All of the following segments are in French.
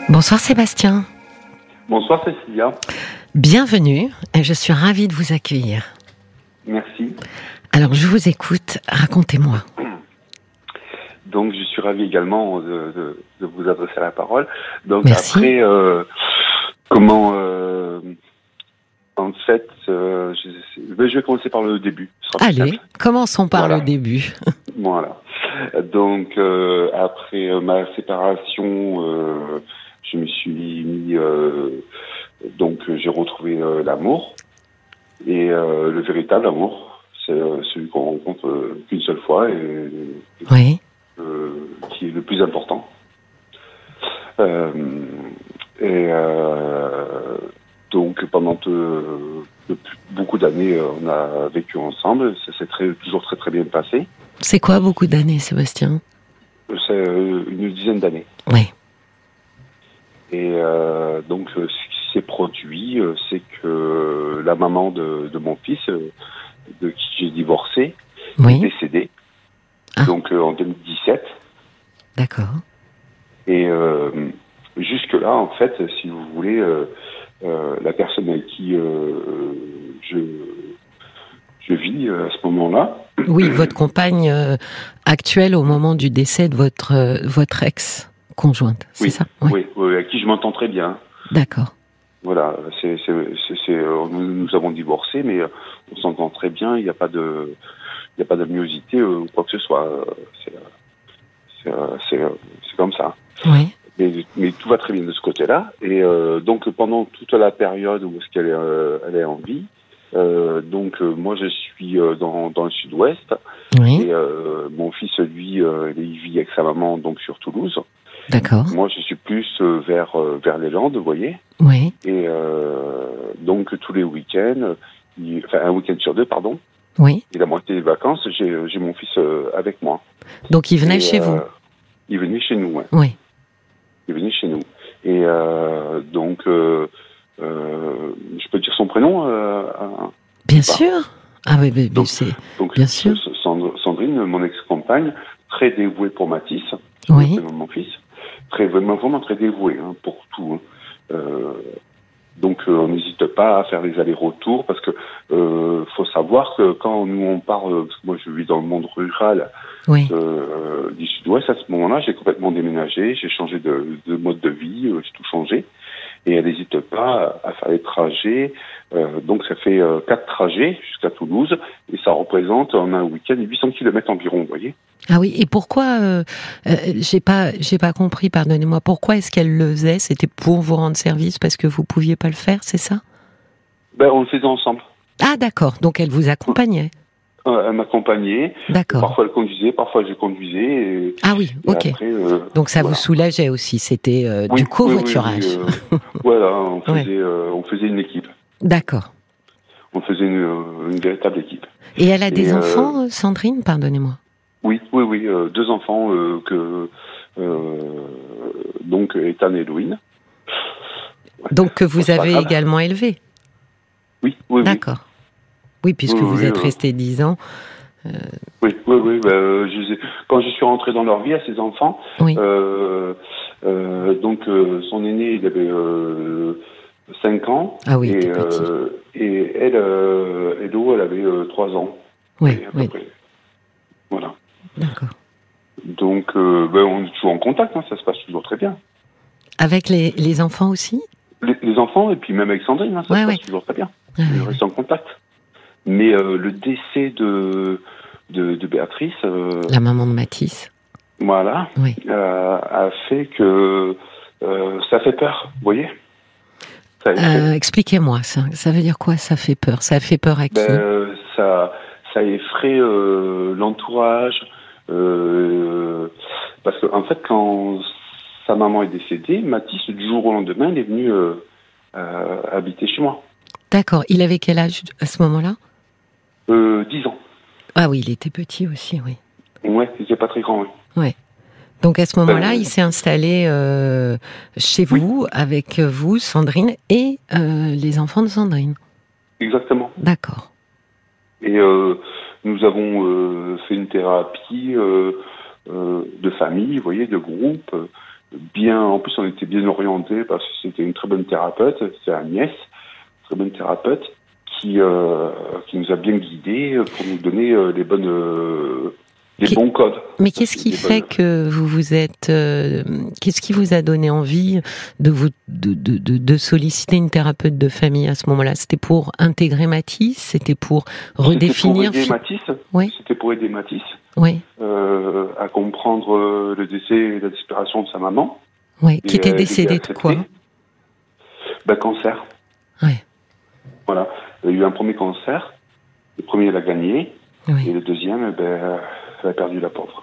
Bonsoir Sébastien. Bonsoir Cécilia. Bienvenue, et je suis ravie de vous accueillir. Merci. Alors je vous écoute, racontez-moi. Donc je suis ravi également de vous adresser la parole. Donc Merci. après, en fait, je vais commencer par le début. Ce sera plus Allez, simple. commençons par Voilà. le début. Voilà. Donc après ma séparation, je me suis mis, donc j'ai retrouvé l'amour et le véritable amour. C'est celui qu'on rencontre qu'une seule fois et Oui, qui est le plus important. Donc pendant beaucoup d'années, on a vécu ensemble. Ça s'est toujours très très bien passé. c'est quoi beaucoup d'années Sébastien? C'est une dizaine d'années. Oui, Et donc ce qui s'est produit, c'est que la maman de mon fils, de qui j'ai divorcé, est oui, décédée. Ah. Donc en 2017. d'accord. Et jusque-là, en fait, si vous voulez, la personne avec qui je vis à ce moment-là. Oui, votre compagne actuelle au moment du décès de votre ex-conjointe, c'est Oui, ça? oui, avec qui je m'entends très bien. D'accord. Voilà, nous avons divorcé, mais on s'entend très bien. Il n'y a pas d'amiosité ou quoi que ce soit. C'est comme ça. Oui, Mais tout va très bien de ce côté-là. Et donc pendant toute la période où est-ce elle est en vie, moi je suis dans le sud-ouest oui, et mon fils lui il vit avec sa maman donc sur Toulouse. d'accord. Moi je suis plus vers les Landes, vous voyez. Oui, Et donc tous les week-ends, un week-end sur deux, pardon, oui. et la moitié des vacances, j'ai mon fils avec moi. Donc il venait Et, chez vous? Il venait chez nous, ouais. Oui. Il venait chez nous. Et donc, je peux dire son prénom Bien pas. sûr. Ah oui, mais Donc, c'est donc bien sûr. Sandrine, mon ex-compagne, très dévouée pour Mathis, Oui. le prénom de mon fils, vraiment très dévouée pour tout. Donc on n'hésite pas à faire les allers-retours parce que faut savoir que quand nous on part, parce que moi je vis dans le monde rural Oui. du sud-ouest, à ce moment-là j'ai complètement déménagé, j'ai changé de mode de vie, j'ai tout changé et elle n'hésite pas à faire les trajets. Donc ça fait 4 trajets jusqu'à Toulouse et ça représente en un week-end 800 km environ, vous voyez. Ah oui, et pourquoi j'ai pas compris, pardonnez-moi. Pourquoi est-ce qu'elle le faisait? C'était pour vous rendre service parce que vous pouviez pas le faire, c'est ça? Ben on le faisait ensemble. Ah d'accord, donc elle vous accompagnait. Elle m'accompagnait. D'accord. Parfois elle conduisait, parfois je conduisais. Et, Ah oui, et ok. après, Donc ça voilà. vous soulageait aussi, c'était Oui, du covoiturage. Voilà, on Ouais. faisait une équipe. D'accord. On faisait une véritable équipe. Et elle a des Et, enfants, Sandrine, pardonnez-moi. Oui, 2 enfants donc Ethan et Louine. Donc que vous C'est pas avez grave. également élevé. Oui. D'accord. Oui, puisque Oui, vous oui, êtes resté 10 ans. Oui. Quand je suis rentré dans leur vie à ces enfants, Oui. donc son aîné il avait 5 ans Ah oui, il et était petit. et elle, Edo, elle avait 3 ans. Oui, à peu près. Voilà. D'accord. Donc on est toujours en contact, ça se passe toujours très bien. Avec les enfants aussi? Les enfants et puis même avec Sandrine, ça se passe toujours très bien. On reste en contact. Mais le décès de Béatrice, la maman de Mathis. voilà, Oui. a fait que ça fait peur, vous voyez. Expliquez-moi ça. Ça veut dire quoi? Ça fait peur. Ça fait peur à qui? Ça effraie l'entourage, parce que en fait, quand sa maman est décédée, Mathis, du jour au lendemain, il est venu habiter chez moi. D'accord. Il avait quel âge à ce moment-là? 10 ans. Ah oui, il était petit aussi, oui. Ouais, il n'était pas très grand, oui. Ouais. Donc à ce moment-là, il s'est installé chez vous, avec vous, Sandrine, et les enfants de Sandrine. Exactement. D'accord. Et nous avons fait une thérapie de famille, vous voyez, de groupe. Bien, en plus, on était bien orientés parce que c'était une très bonne thérapeute, c'est Agnès, très bonne thérapeute, qui nous a bien guidés pour nous donner les bons codes. Mais qu'est-ce qui fait que vous vous êtes... qu'est-ce qui vous a donné envie de solliciter une thérapeute de famille à ce moment-là? C'était pour intégrer Mathis? C'était pour redéfinir... C'était pour aider Mathis. Oui. C'était pour aider Mathis. Oui. À comprendre le décès et la disparition de sa maman. Oui. Qui était décédée de quoi? Cancer. Oui. Voilà. Il y a eu un premier cancer. Le premier, elle a gagné. Oui. Et le deuxième, elle a perdu la pauvre.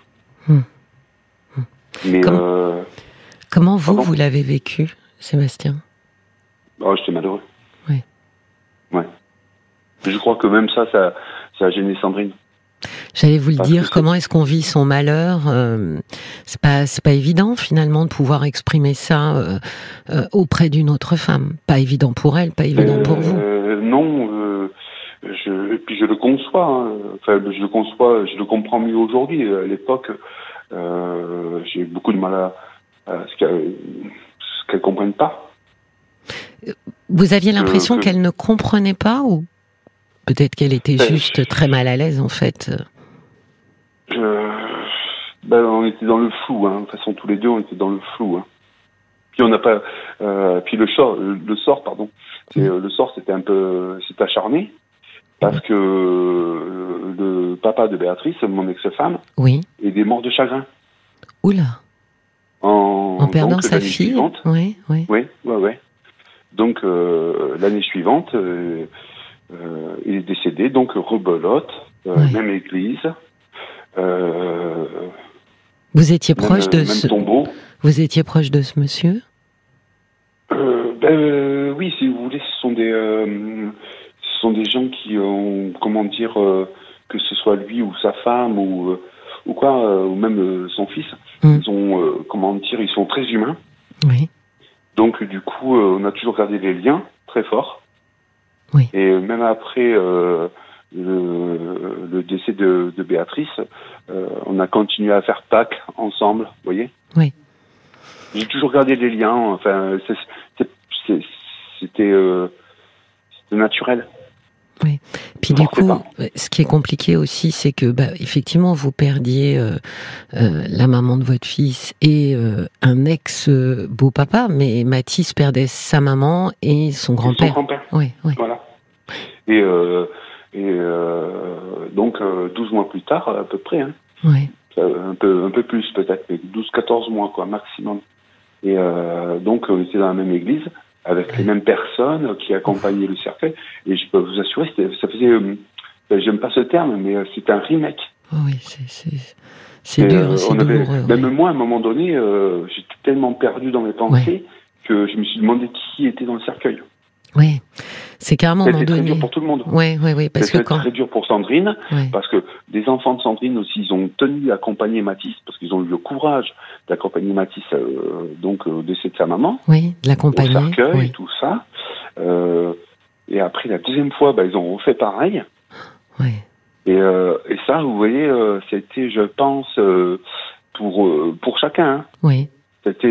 Mais comment vous l'avez vécu, Sébastien? J'étais malheureux. Oui. Ouais. Je crois que même ça a gêné Sandrine. J'allais vous le dire, comment est-ce qu'on vit son malheur? C'est pas évident finalement de pouvoir exprimer ça auprès d'une autre femme. Pas évident pour elle, pas évident pour vous. Non, et puis je le conçois. Hein. Enfin, je le conçois, je le comprends mieux aujourd'hui. À l'époque, j'ai eu beaucoup de mal à ce qu'elle comprenne pas. Vous aviez l'impression qu'elle ne comprenait pas, ou peut-être qu'elle était juste très mal à l'aise en fait? On était dans le flou. Hein. De toute façon, tous les deux, on était dans le flou. Hein. Puis on n'a pas. Puis le sort, pardon. Le sort, c'était acharné. Parce que le papa de Béatrice, mon ex-femme, oui, est mort de chagrin. Oula. En perdant sa fille. Oui. Donc l'année suivante, il est décédé. Donc rebelote, même église. Vous étiez proche de ce tombeau. Vous étiez proche de ce monsieur? Oui, si vous voulez, ce sont des gens qui ont, que ce soit lui ou sa femme ou même son fils, ils ont, ils sont très humains. Oui. Donc du coup, on a toujours gardé les liens très forts. Oui. Et même après le décès de Béatrice, on a continué à faire Pâques ensemble, vous voyez. Oui. J'ai toujours gardé les liens. Enfin, c'était naturel. Oui. Puis du coup, ce qui est compliqué aussi, c'est que effectivement, vous perdiez la maman de votre fils et un ex-beau-papa, mais Mathis perdait sa maman et son grand-père. Oui. Voilà. Et donc 12 mois plus tard, à peu près, hein, un peu plus peut-être, mais 12-14 mois quoi, maximum. Et donc on était dans la même église, avec les mêmes personnes qui accompagnaient le cercueil. Et je peux vous assurer, ça faisait... j'aime pas ce terme, mais c'était un remake. Oh oui, c'est dur, c'est douloureux. Même moi, à un moment donné, j'étais tellement perdu dans mes pensées que je me suis demandé qui était dans le cercueil. Oui, c'est qu'à un moment donné... C'était très dur pour tout le monde. Oui, parce que très dur pour Sandrine, parce que des enfants de Sandrine aussi, ils ont tenu à accompagner Mathis, parce qu'ils ont eu le courage d'accompagner Mathis au décès de sa maman. Oui, de l'accompagner. Au cercueil, tout ça. Et après, la deuxième fois, ils ont refait pareil. Oui. Et ça, vous voyez, c'était, je pense, pour chacun. Hein. Oui. C'était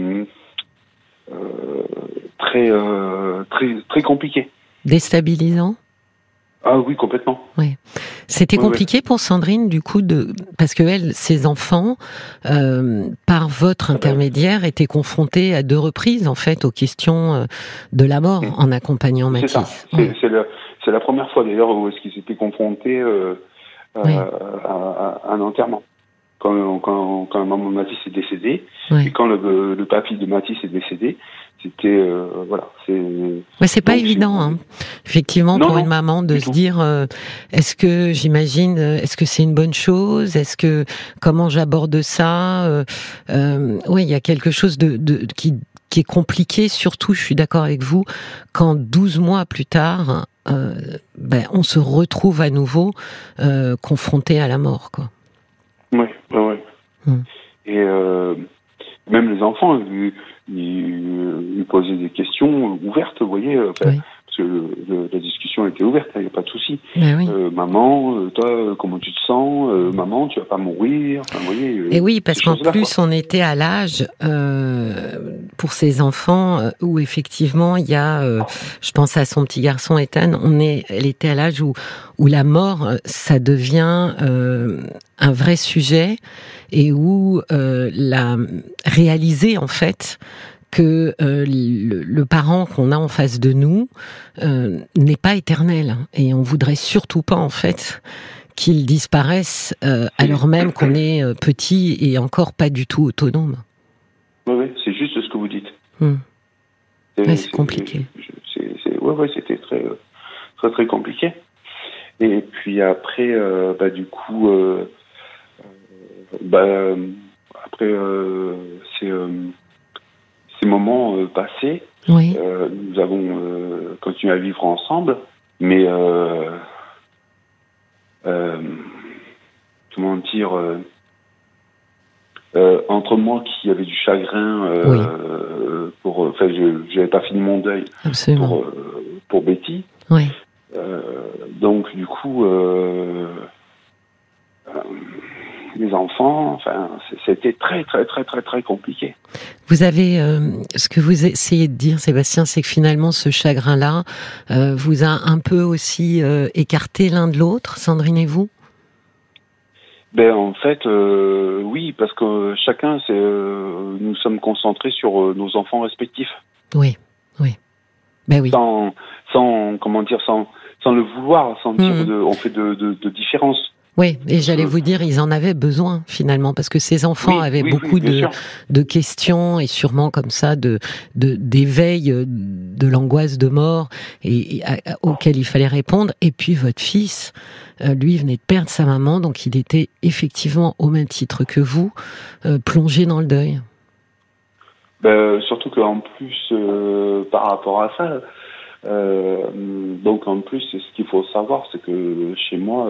très compliqué. Déstabilisant? Ah oui, complètement. Oui. C'était compliqué pour Sandrine, du coup, parce que elle, ses enfants, par votre intermédiaire, étaient confrontés à 2 reprises, en fait, aux questions de la mort en accompagnant Mathis. C'est ça. C'est la première fois, d'ailleurs, où est-ce qu'ils étaient confrontés à un enterrement. Quand la maman de Mathis est décédée, et quand le papy de Mathis est décédé, c'était c'est pas évident, hein. Effectivement, pour une maman de se dire est-ce que c'est une bonne chose, comment j'aborde ça, il y a quelque chose qui est compliqué, surtout, je suis d'accord avec vous, quand 12 mois plus tard, on se retrouve à nouveau confronté à la mort, quoi. Oui. Et même les enfants, ils posaient des questions ouvertes, vous voyez, parce que la discussion était ouverte, il n'y a pas de souci. Ben oui. Maman, toi, comment tu te sens? Maman, tu vas pas mourir? Enfin, vous voyez, et oui, parce qu'en plus, on était à l'âge, pour ces enfants, où effectivement, il y a, je pense à son petit garçon Ethan, elle était à l'âge où la mort, ça devient un vrai sujet, et où réaliser, en fait, que le parent qu'on a en face de nous n'est pas éternel, et on voudrait surtout pas, en fait, qu'il disparaisse alors même qu'on est petit et encore pas du tout autonome. Oui, c'est juste ce que vous dites. C'est compliqué. C'était très, très, très compliqué. Et puis après, du coup, après ces moments passés, oui. Nous avons continué à vivre ensemble, mais comment dire, entre moi qui avait du chagrin oui. j'avais pas fini mon deuil. Absolument. Pour Betty. Oui. Donc du coup, les enfants, enfin, c'était très très très très très compliqué. Vous avez, ce que vous essayez de dire, Sébastien, c'est que finalement ce chagrin-là vous a un peu aussi écarté l'un de l'autre, Sandrine et vous? En fait, oui, parce que chacun, nous sommes concentrés sur nos enfants respectifs. Oui, oui. Ben oui. Sans comment dire, sans le vouloir, sans dire on fait de différence. Oui, et j'allais vous dire, ils en avaient besoin finalement, parce que ces enfants avaient beaucoup de questions, et sûrement comme ça d'éveil de l'angoisse de mort auquel il fallait répondre. Et puis votre fils, lui, venait de perdre sa maman, donc il était effectivement au même titre que vous, plongé dans le deuil. Surtout qu'en plus, par rapport à ça, donc en plus, ce qu'il faut savoir, c'est que chez moi,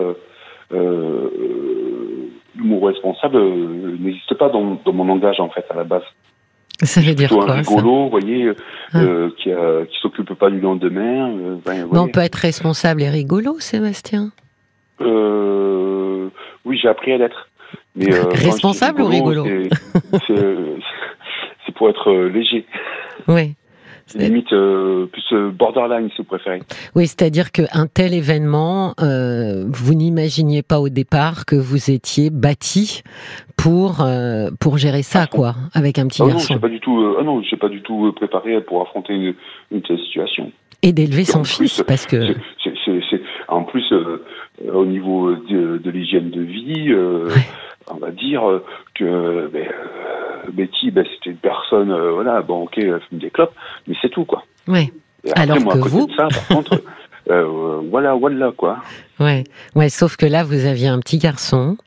l'humour responsable n'existe pas dans mon langage, en fait, à la base. Ça veut dire quoi, un rigolo, vous voyez, qui s'occupe pas du lendemain. Mais on peut être responsable et rigolo, Sébastien. Oui, j'ai appris à l'être. Mais responsable rigolo, ou rigolo? C'est pour être léger. Oui. Limite plus borderline, si vous préférez. Oui, c'est-à-dire qu'un tel événement, vous n'imaginiez pas au départ que vous étiez bâti pour gérer ça, quoi, avec un petit garçon. Non, j'ai pas du tout préparé pour affronter une telle situation. Et d'élever son fils, parce que en plus au niveau de l'hygiène de vie, on va dire que Betty, c'était une personne, elle fume des clopes, mais c'est tout, quoi. Ouais. Après, alors moi, que à côté vous, de ça, par contre, voilà, quoi. Ouais. Sauf que là, vous aviez un petit garçon,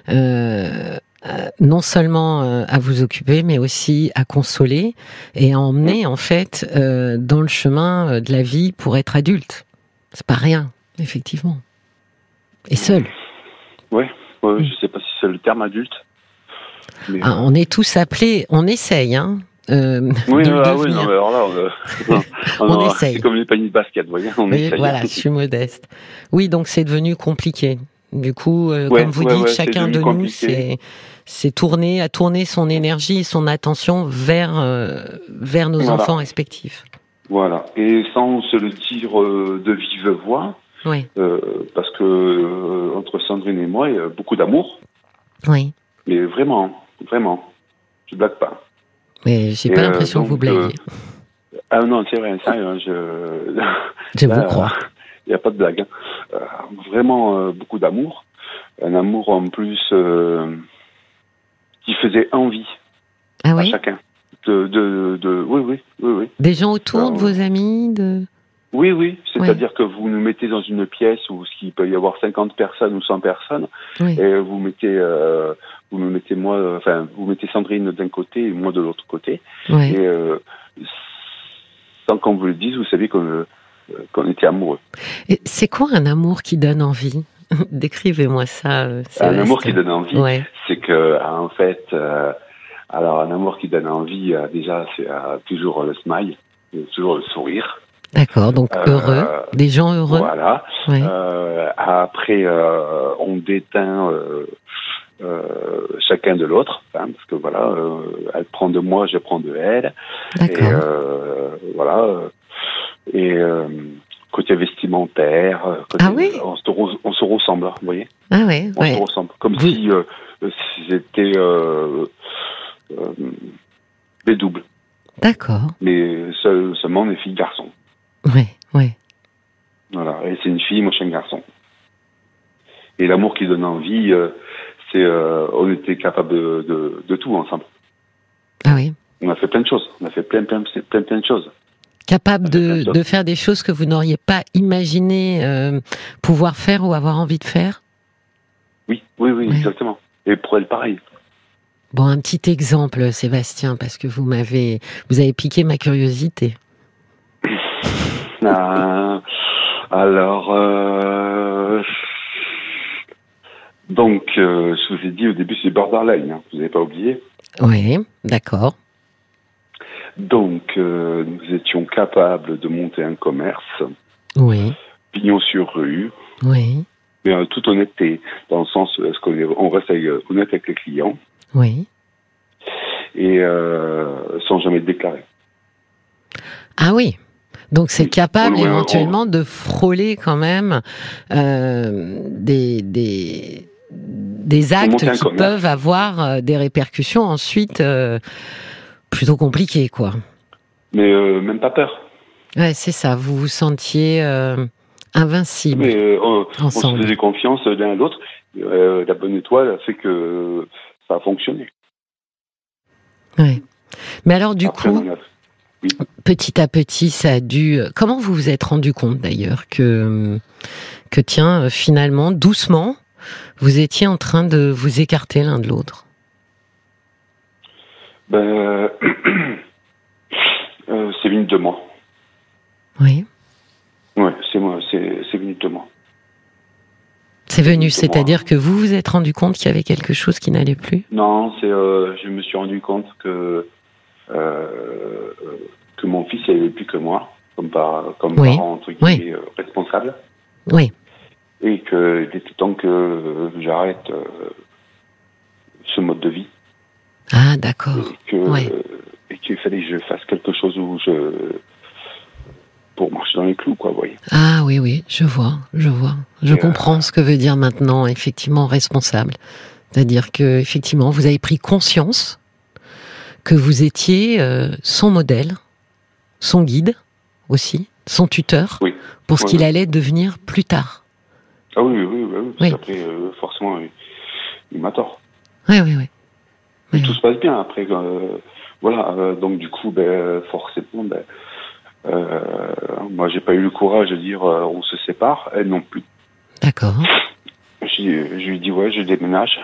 non seulement à vous occuper, mais aussi à consoler et à emmener, en fait, dans le chemin de la vie pour être adulte. C'est pas rien, effectivement. Et seul. Ouais. Je sais pas si c'est le terme adulte. Mais on est tous appelés, on essaye, hein. Oui, non, mais alors là, on essaye. C'est comme les paniers de basket, vous voyez, on essaye. Voilà, je suis modeste. Oui, donc c'est devenu compliqué. Du coup, comme vous dites, chacun de nous c'est tourner son énergie et son attention vers nos enfants respectifs. Voilà, et sans se le dire de vive voix, parce que entre Sandrine et moi, il y a beaucoup d'amour. Oui. Mais vraiment, je blague pas. Mais j'ai pas l'impression que vous blaguez. Non, c'est vrai, ça, je vous crois. Il n'y a pas de blague. Vraiment beaucoup d'amour. Un amour en plus qui faisait envie à chacun. Oui. Des gens autour de vos amis Oui. C'est-à-dire que vous nous mettez dans une pièce où il peut y avoir 50 personnes ou 100 personnes, et vous mettez Sandrine d'un côté et moi de l'autre côté. Et sans qu'on vous le dise, vous savez qu'on était amoureux. Et c'est quoi un amour qui donne envie? Décrivez-moi ça. Un amour qui donne envie, c'est que en fait, alors un amour qui donne envie, déjà c'est toujours le smile, toujours le sourire. D'accord, donc heureux, des gens heureux. Voilà. Ouais. Après, on déteint chacun de l'autre, hein, parce que voilà, elle prend de moi, je prends de elle. D'accord. Et voilà. Et côté vestimentaire, côté, on se ressemble, vous voyez. Ah oui. On se ressemble, comme si c'était des doubles. D'accord. Mais seulement des filles garçons. Oui. Voilà, et c'est une fille, moi je suis un garçon. Et l'amour qui donne envie, c'est on était capable de tout ensemble. Ah oui. On a fait plein de choses. On a fait plein de choses. Capable de faire des choses que vous n'auriez pas imaginé pouvoir faire ou avoir envie de faire. Oui, exactement. Et pour elle, pareil. Bon, un petit exemple, Sébastien, parce que vous avez piqué ma curiosité. Alors, donc, je vous ai dit au début, c'est borderline, hein, vous n'avez pas oublié. Oui, d'accord. Donc, nous étions capables de monter un commerce. Oui. Pignon sur rue. Oui. Mais en toute honnêteté, dans le sens, est-ce qu'on reste honnête avec les clients. Oui. Et sans jamais déclarer. Ah oui. Donc c'est capable éventuellement de frôler quand même des actes qui peuvent avoir des répercussions ensuite plutôt compliquées, quoi. Mais même pas peur. Ouais, c'est ça. Vous vous sentiez invincible. Mais on ensemble. se faisait confiance l'un à l'autre. La bonne étoile a fait que ça a fonctionné. Oui. Mais alors du coup, petit à petit, ça a dû... Comment vous vous êtes rendu compte d'ailleurs que tiens, finalement, doucement, vous étiez en train de vous écarter l'un de l'autre? C'est venu de moi. Oui. Ouais, c'est venu de moi. C'est venu, c'est-à-dire que vous vous êtes rendu compte qu'il y avait quelque chose qui n'allait plus? Non, je me suis rendu compte que mon fils n'avait plus que moi, comme parent entre guillemets responsable. Oui. Et qu'il était temps que j'arrête ce mode de vie. Ah, d'accord. Et qu'il fallait que je fasse quelque chose pour marcher dans les clous, quoi, vous voyez. Ah oui, je vois. Je comprends ce que veut dire maintenant, effectivement, responsable. C'est-à-dire que, effectivement, vous avez pris conscience que vous étiez son modèle, son guide aussi, son tuteur, pour ce qu'il allait devenir plus tard. Ah oui. Parce qu'après, forcément, il m'a tort. Oui. Mais tout se passe bien après. Voilà, donc du coup, forcément, moi, j'ai pas eu le courage de dire on se sépare, elle non plus. D'accord. Je lui dis je déménage.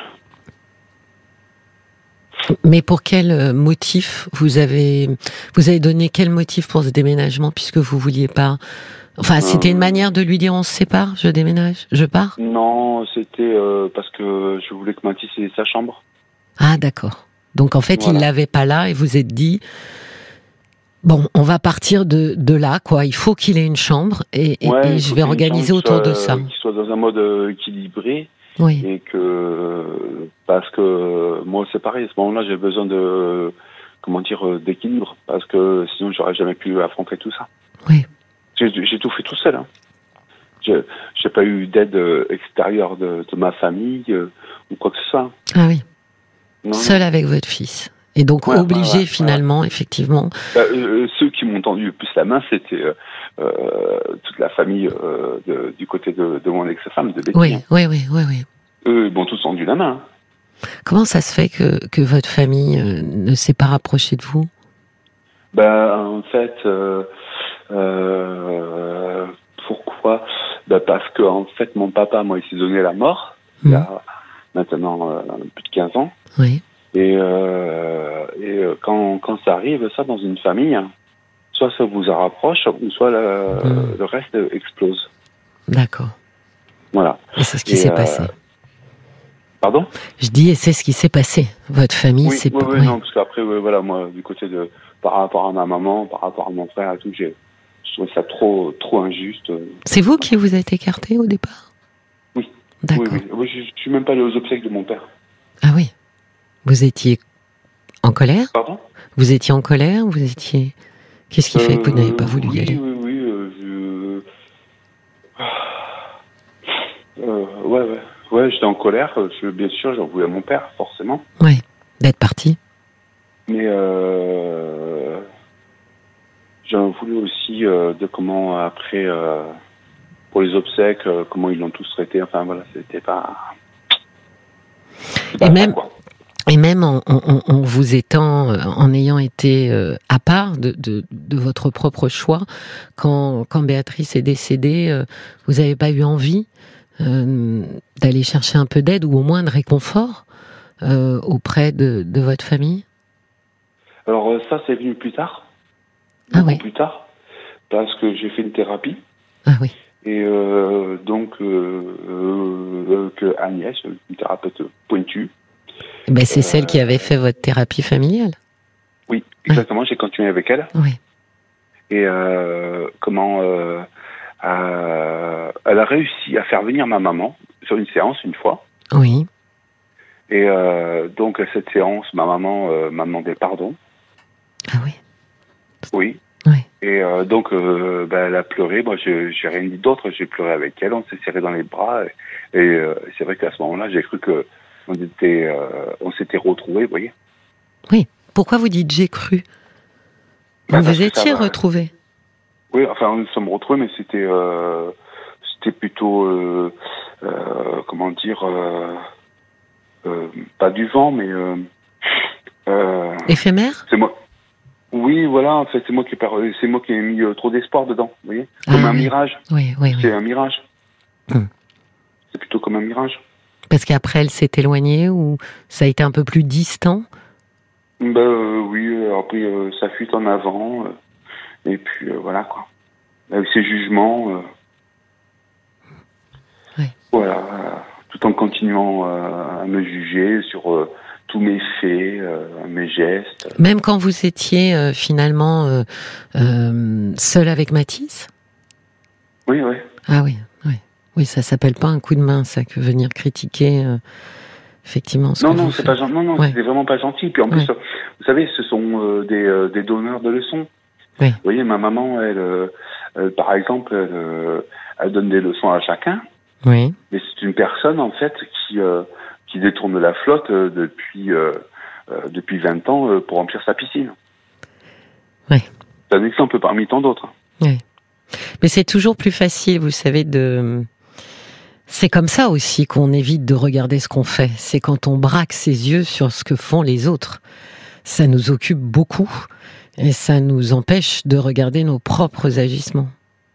Mais pour quel motif vous avez donné quel motif pour ce déménagement, puisque vous vouliez pas... Enfin, c'était une manière de lui dire on se sépare, je déménage, je pars? Non, c'était parce que je voulais que Mathis ait sa chambre. Ah, d'accord. Donc en fait, il l'avait pas là et vous êtes dit bon, on va partir de là, quoi. Il faut qu'il ait une chambre et je vais organiser autour de ça. Qu'il soit dans un mode équilibré. Oui. Et parce que moi c'est pareil, à ce moment-là j'ai besoin d'équilibre, parce que sinon j'aurais jamais pu affronter tout ça. Oui. J'ai tout fait tout seul. Hein. J'ai pas eu d'aide extérieure de ma famille ou quoi que ce soit. Ah oui. Seul avec votre fils. Et donc obligé finalement, effectivement. Ceux qui m'ont tendu le plus la main, c'était toute la famille du côté de mon ex-femme, de Betty. Oui. Eux m'ont tous tendu la main. Comment ça se fait que votre famille ne s'est pas rapprochée de vous? En fait, pourquoi? Parce que en fait, mon papa, moi, il s'est donné la mort il y a maintenant plus de 15 ans. Oui. Et quand ça arrive, ça, dans une famille, soit ça vous en rapproche, ou soit le reste explose. D'accord. Voilà. Et c'est ce qui s'est passé. Pardon? Je dis, et c'est ce qui s'est passé. Votre famille, c'est pas... Oui, non, parce qu'après, voilà, moi, du côté par rapport à ma maman, par rapport à mon frère et tout, trouvais ça trop injuste. C'est vous qui vous êtes écarté au départ? Oui. D'accord. Oui. Je suis même pas allé aux obsèques de mon père. Ah oui. Vous étiez en colère? Pardon? Vous étiez en colère? Qu'est-ce qui fait que vous n'avez pas voulu y aller? Ouais, j'étais en colère. Bien sûr, j'en voulais à mon père, forcément. Oui, d'être parti. Mais j'en voulais aussi de comment, après, pour les obsèques, comment ils l'ont tous traité. Enfin, voilà, c'était pas... Et même en vous étant, en ayant été à part de votre propre choix, quand Béatrice est décédée, vous n'avez pas eu envie d'aller chercher un peu d'aide ou au moins de réconfort auprès de votre famille? Alors ça, c'est venu plus tard. Plus tard, parce que j'ai fait une thérapie. Ah oui. Et donc que Agnès, une thérapeute pointue. C'est celle qui avait fait votre thérapie familiale. Oui, exactement. J'ai continué avec elle. Oui. Et elle a réussi à faire venir ma maman sur une séance une fois. Oui. Et donc à cette séance, ma maman m'a demandé pardon. Ah oui. Oui. Oui. Et donc elle a pleuré. Moi, j'ai rien dit d'autre. J'ai pleuré avec elle. On s'est serré dans les bras. Et c'est vrai qu'à ce moment-là, j'ai cru que on s'était retrouvés, vous voyez. Oui. Pourquoi vous dites j'ai cru? Vous étiez retrouvés? Oui, enfin, nous nous sommes retrouvés, mais c'était plutôt, comment dire, pas du vent, mais... éphémère? C'est moi. Oui, voilà, en fait, c'est moi qui ai mis trop d'espoir dedans, vous voyez. Comme un mirage. Oui. C'est un mirage. C'est plutôt comme un mirage. Parce qu'après, elle s'est éloignée ou ça a été un peu plus distant? Oui, après, ça fuite en avant, et puis voilà, quoi. Avec ses jugements, voilà, tout en continuant à me juger sur tous mes faits, mes gestes. Même quand vous étiez finalement seul avec Mathis? Oui. Ah oui. Oui, ça s'appelle pas un coup de main, ça, que venir critiquer effectivement ce que vous faites. C'était vraiment pas gentil. Puis en plus, vous savez, ce sont des donneurs de leçons. Oui. Vous voyez, ma maman, elle par exemple, elle donne des leçons à chacun. Oui. Mais c'est une personne, en fait, qui détourne la flotte depuis 20 ans pour remplir sa piscine. Oui. C'est un exemple parmi tant d'autres. Oui. Mais c'est toujours plus facile, vous savez, c'est comme ça aussi qu'on évite de regarder ce qu'on fait. C'est quand on braque ses yeux sur ce que font les autres. Ça nous occupe beaucoup et ça nous empêche de regarder nos propres agissements.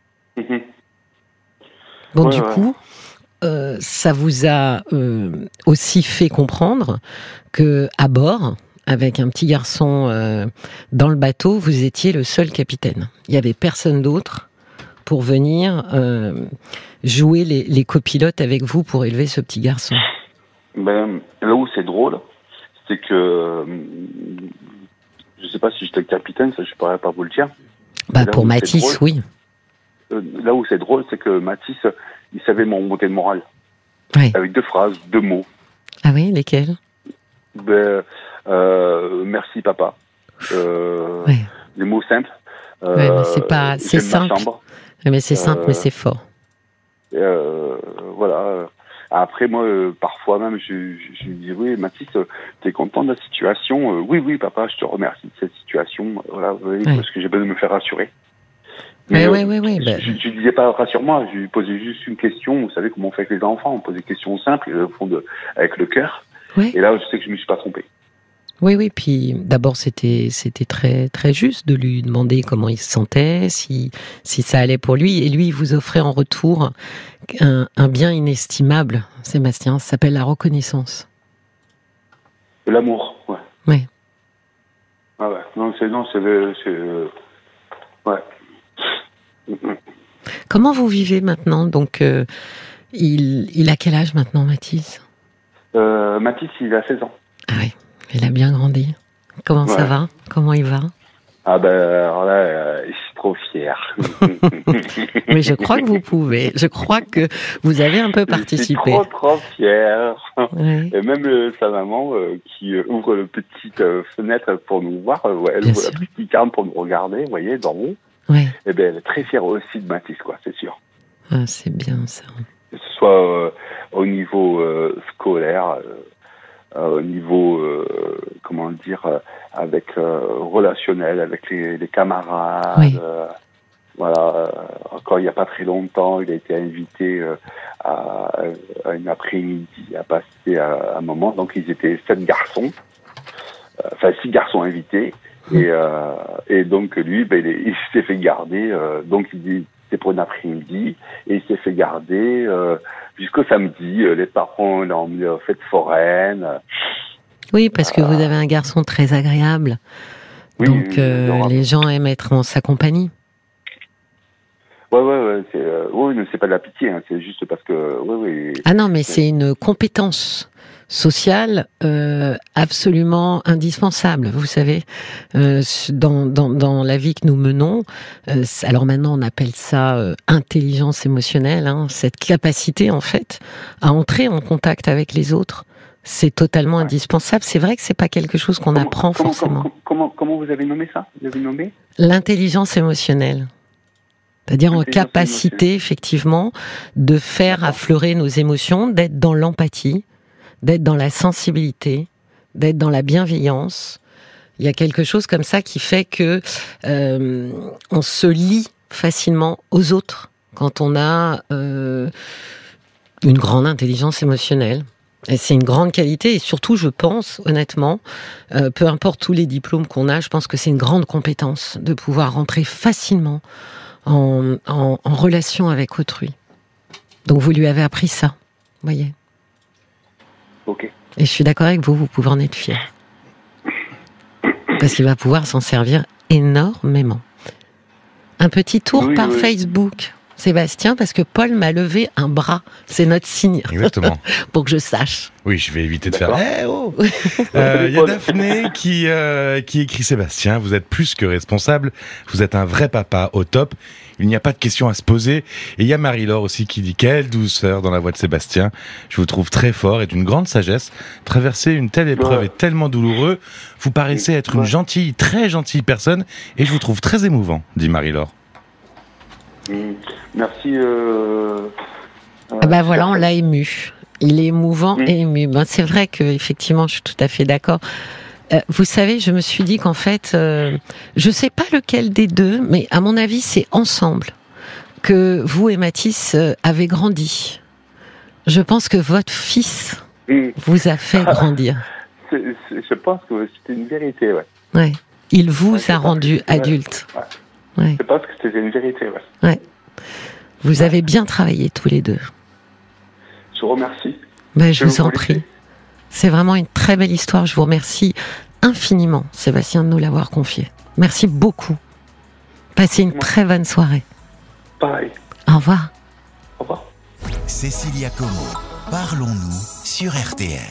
Donc du coup, ça vous a aussi fait comprendre que à bord, avec un petit garçon dans le bateau, vous étiez le seul capitaine. Il n'y avait personne d'autre pour venir jouer les copilotes avec vous pour élever ce petit garçon. Là où c'est drôle, c'est que je ne sais pas si j'étais le capitaine, ça je ne pourrais pas vous le dire. Pour Mathis, oui. Là où c'est drôle, c'est que Mathis, il savait monter le moral. Oui. Avec 2 phrases, 2 mots. Ah oui, lesquels? Merci papa. Des mots simples. Mais c'est simple. Mais c'est simple, mais c'est fort. Voilà. Après, moi, parfois même, je lui dis, oui, Mathis, t'es content de la situation? Oui, papa, je te remercie de cette situation. Voilà, parce que j'ai besoin de me faire rassurer. Mais oui. Je ne disais pas rassure-moi, je lui posais juste une question. Vous savez comment on fait avec les enfants, on pose des questions simples, au fond avec le cœur. Oui. Et là, je sais que je ne me suis pas trompé. Oui, puis d'abord c'était très très juste de lui demander comment il se sentait, si ça allait pour lui, et lui il vous offrait en retour un bien inestimable, Sébastien, ça s'appelle la reconnaissance. L'amour, ouais. Oui. Ah ouais, ouais. Comment vous vivez maintenant? Donc il a quel âge maintenant, Mathis? Mathis, il a 16 ans. Ah oui. Il a bien grandi. Comment ça va? Comment il va? Ah ben alors là, je suis trop fier. Mais je crois que vous pouvez. Je crois que vous avez un peu participé. Je suis trop fier. Oui. Et même sa maman qui ouvre la petite fenêtre pour nous voir, elle Bien ouvre sûr. la petite lucarne pour nous regarder, vous voyez, d'en haut. Oui. Et ben elle est très fière aussi de Mathis, quoi, c'est sûr. Ah, c'est bien ça. Que ce soit au niveau scolaire, au niveau, comment dire, avec relationnel, avec les camarades. Oui. Voilà, encore il n'y a pas très longtemps, il a été invité à une après-midi à passer un moment. Donc ils étaient 7 garçons, enfin 6 garçons invités. Et donc lui, ben, il s'est fait garder. Donc il dit c'était pour une après-midi et il s'est fait garder jusqu'au samedi. Les parents l'ont emmené aux fêtes foraines. Oui, parce que vous avez un garçon très agréable. Oui, donc les gens aiment être en sa compagnie. Ouais. Oui, mais c'est pas de la pitié, hein, c'est juste parce que. Oui. Ah non, mais c'est une compétence sociale absolument indispensable. Vous savez, dans la vie que nous menons, alors maintenant on appelle ça intelligence émotionnelle, hein, cette capacité en fait à entrer en contact avec les autres. C'est totalement indispensable. C'est vrai que c'est pas quelque chose qu'on apprend forcément. Comment vous avez nommé ça? Vous avez nommé l'intelligence émotionnelle. C'est-à-dire en capacité, effectivement, de faire affleurer nos émotions, d'être dans l'empathie, d'être dans la sensibilité, d'être dans la bienveillance. Il y a quelque chose comme ça qui fait que on se lie facilement aux autres quand on a une grande intelligence émotionnelle. Et c'est une grande qualité et surtout, je pense, honnêtement, peu importe tous les diplômes qu'on a, je pense que c'est une grande compétence de pouvoir rentrer facilement en relation avec autrui. Donc vous lui avez appris ça, voyez. Ok. Et je suis d'accord avec vous, vous pouvez en être fier. Parce qu'il va pouvoir s'en servir énormément. Un petit tour par Facebook, Sébastien, parce que Paul m'a levé un bras. C'est notre signe. Exactement. Pour que je sache. Oui, je vais éviter de faire « Eh oh !» Il y a Daphné qui écrit « Sébastien, vous êtes plus que responsable. Vous êtes un vrai papa au top. Il n'y a pas de questions à se poser. » Et il y a Marie-Laure aussi qui dit « Quelle douceur dans la voix de Sébastien. Je vous trouve très fort et d'une grande sagesse. Traverser une telle épreuve est tellement douloureux. Vous paraissez être une gentille, très gentille personne et je vous trouve très émouvant, » dit Marie-Laure. Merci. Ben voilà, on l'a ému. Il est émouvant et ému. Ben, c'est vrai que effectivement, je suis tout à fait d'accord. Vous savez, je me suis dit qu'en fait, je sais pas lequel des deux, mais à mon avis, c'est ensemble que vous et Mathis avez grandi. Je pense que votre fils vous a fait grandir. Je pense que c'était une vérité, ouais. Ouais. Il vous a rendu adulte. Ouais. Je pense que c'était une vérité, ouais. Ouais. Vous avez bien travaillé tous les deux. Je vous remercie. Ben, je vous en prie. C'est vraiment une très belle histoire. Je vous remercie infiniment, Sébastien, de nous l'avoir confiée. Merci beaucoup. Passez une très bonne soirée. Pareil. Au revoir. Au revoir. Cécilia Como, parlons-nous sur RTL.